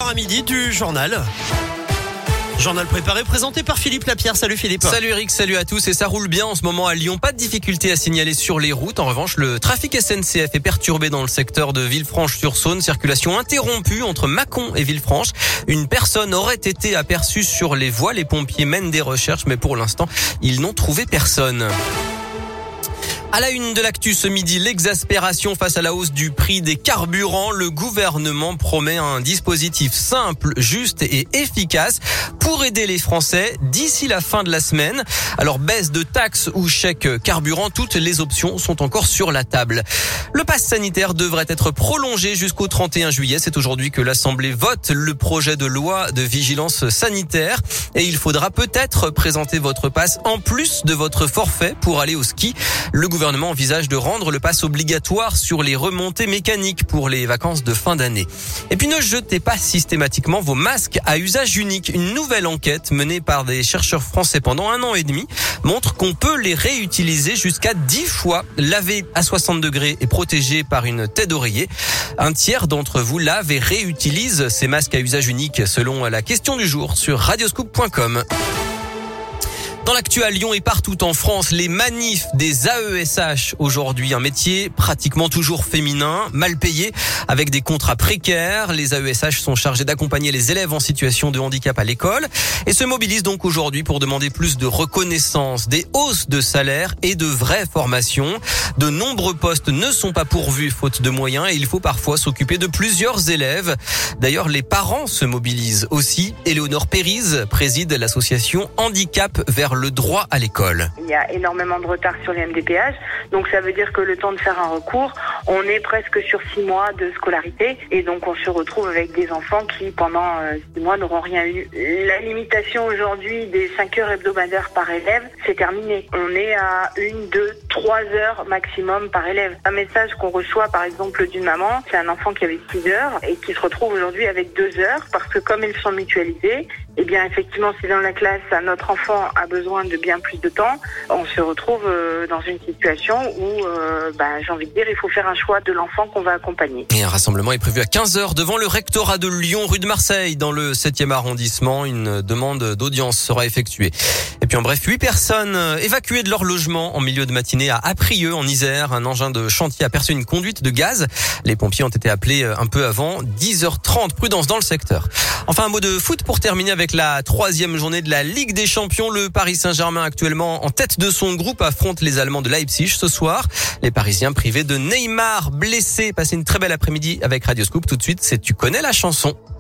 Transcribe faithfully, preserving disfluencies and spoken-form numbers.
à midi du journal. Journal préparé, présenté par Philippe Lapierre. Salut Philippe. Salut Eric, salut à tous. Et ça roule bien en ce moment à Lyon. Pas de difficulté à signaler sur les routes. En revanche, le trafic S N C F est perturbé dans le secteur de Villefranche-sur-Saône. Circulation interrompue entre Mâcon et Villefranche. Une personne aurait été aperçue sur les voies. Les pompiers mènent des recherches, mais pour l'instant, ils n'ont trouvé personne. À la une de l'actu ce midi, l'exaspération face à la hausse du prix des carburants. Le gouvernement promet un dispositif simple, juste et efficace pour aider les Français d'ici la fin de la semaine. Alors baisse de taxes ou chèque carburant, toutes les options sont encore sur la table. Le pass sanitaire devrait être prolongé jusqu'au trente et un juillet. C'est aujourd'hui que l'Assemblée vote le projet de loi de vigilance sanitaire. Et il faudra peut-être présenter votre pass en plus de votre forfait pour aller au ski. Le Le gouvernement envisage de rendre le pass obligatoire sur les remontées mécaniques pour les vacances de fin d'année. Et puis ne jetez pas systématiquement vos masques à usage unique. Une nouvelle enquête menée par des chercheurs français pendant un an et demi montre qu'on peut les réutiliser jusqu'à dix fois. Lavés à soixante degrés et protégés par une tête d'oreiller. Un tiers d'entre vous lave et réutilise ces masques à usage unique selon la question du jour sur radioscoop point com. Dans l'actu à Lyon et partout en France, les manifs des A E S H aujourd'hui, un métier pratiquement toujours féminin, mal payé, avec des contrats précaires. Les A E S H sont chargés d'accompagner les élèves en situation de handicap à l'école et se mobilisent donc aujourd'hui pour demander plus de reconnaissance, des hausses de salaire et de vraies formations. De nombreux postes ne sont pas pourvus faute de moyens et il faut parfois s'occuper de plusieurs élèves. D'ailleurs, les parents se mobilisent aussi. Éléonore Périse préside l'association Handicap vers le droit à l'école. Il y a énormément de retard sur les M D P H, donc ça veut dire que le temps de faire un recours, on est presque sur six mois de scolarité et donc on se retrouve avec des enfants qui pendant six mois n'auront rien eu. La limitation aujourd'hui des cinq heures hebdomadaires par élève, c'est terminé. On est à une, deux, trois heures maximum par élève. Un message qu'on reçoit par exemple d'une maman, c'est un enfant qui avait six heures et qui se retrouve aujourd'hui avec deux heures parce que comme ils sont mutualisés, eh bien effectivement si dans la classe notre enfant a besoin de bien plus de temps, on se retrouve dans une situation où, euh, bah, j'ai envie de dire, il faut faire un choix de l'enfant qu'on va accompagner. Et un rassemblement est prévu à quinze heures devant le rectorat de Lyon, rue de Marseille, dans le septième arrondissement. Une demande d'audience sera effectuée. Et puis en bref, huit personnes évacuées de leur logement en milieu de matinée à Aprieux, en Isère. Un engin de chantier a aperçu une conduite de gaz. Les pompiers ont été appelés un peu avant dix heures trente. Prudence dans le secteur. Enfin, un mot de foot pour terminer avec la troisième journée de la Ligue des Champions. Le Paris Saint-Germain, actuellement en tête de son groupe, affronte les Allemands de Leipzig ce soir. Les Parisiens privés de Neymar, blessé. Passez une très belle après-midi avec Radio Scoop. Tout de suite, c'est Tu connais la chanson.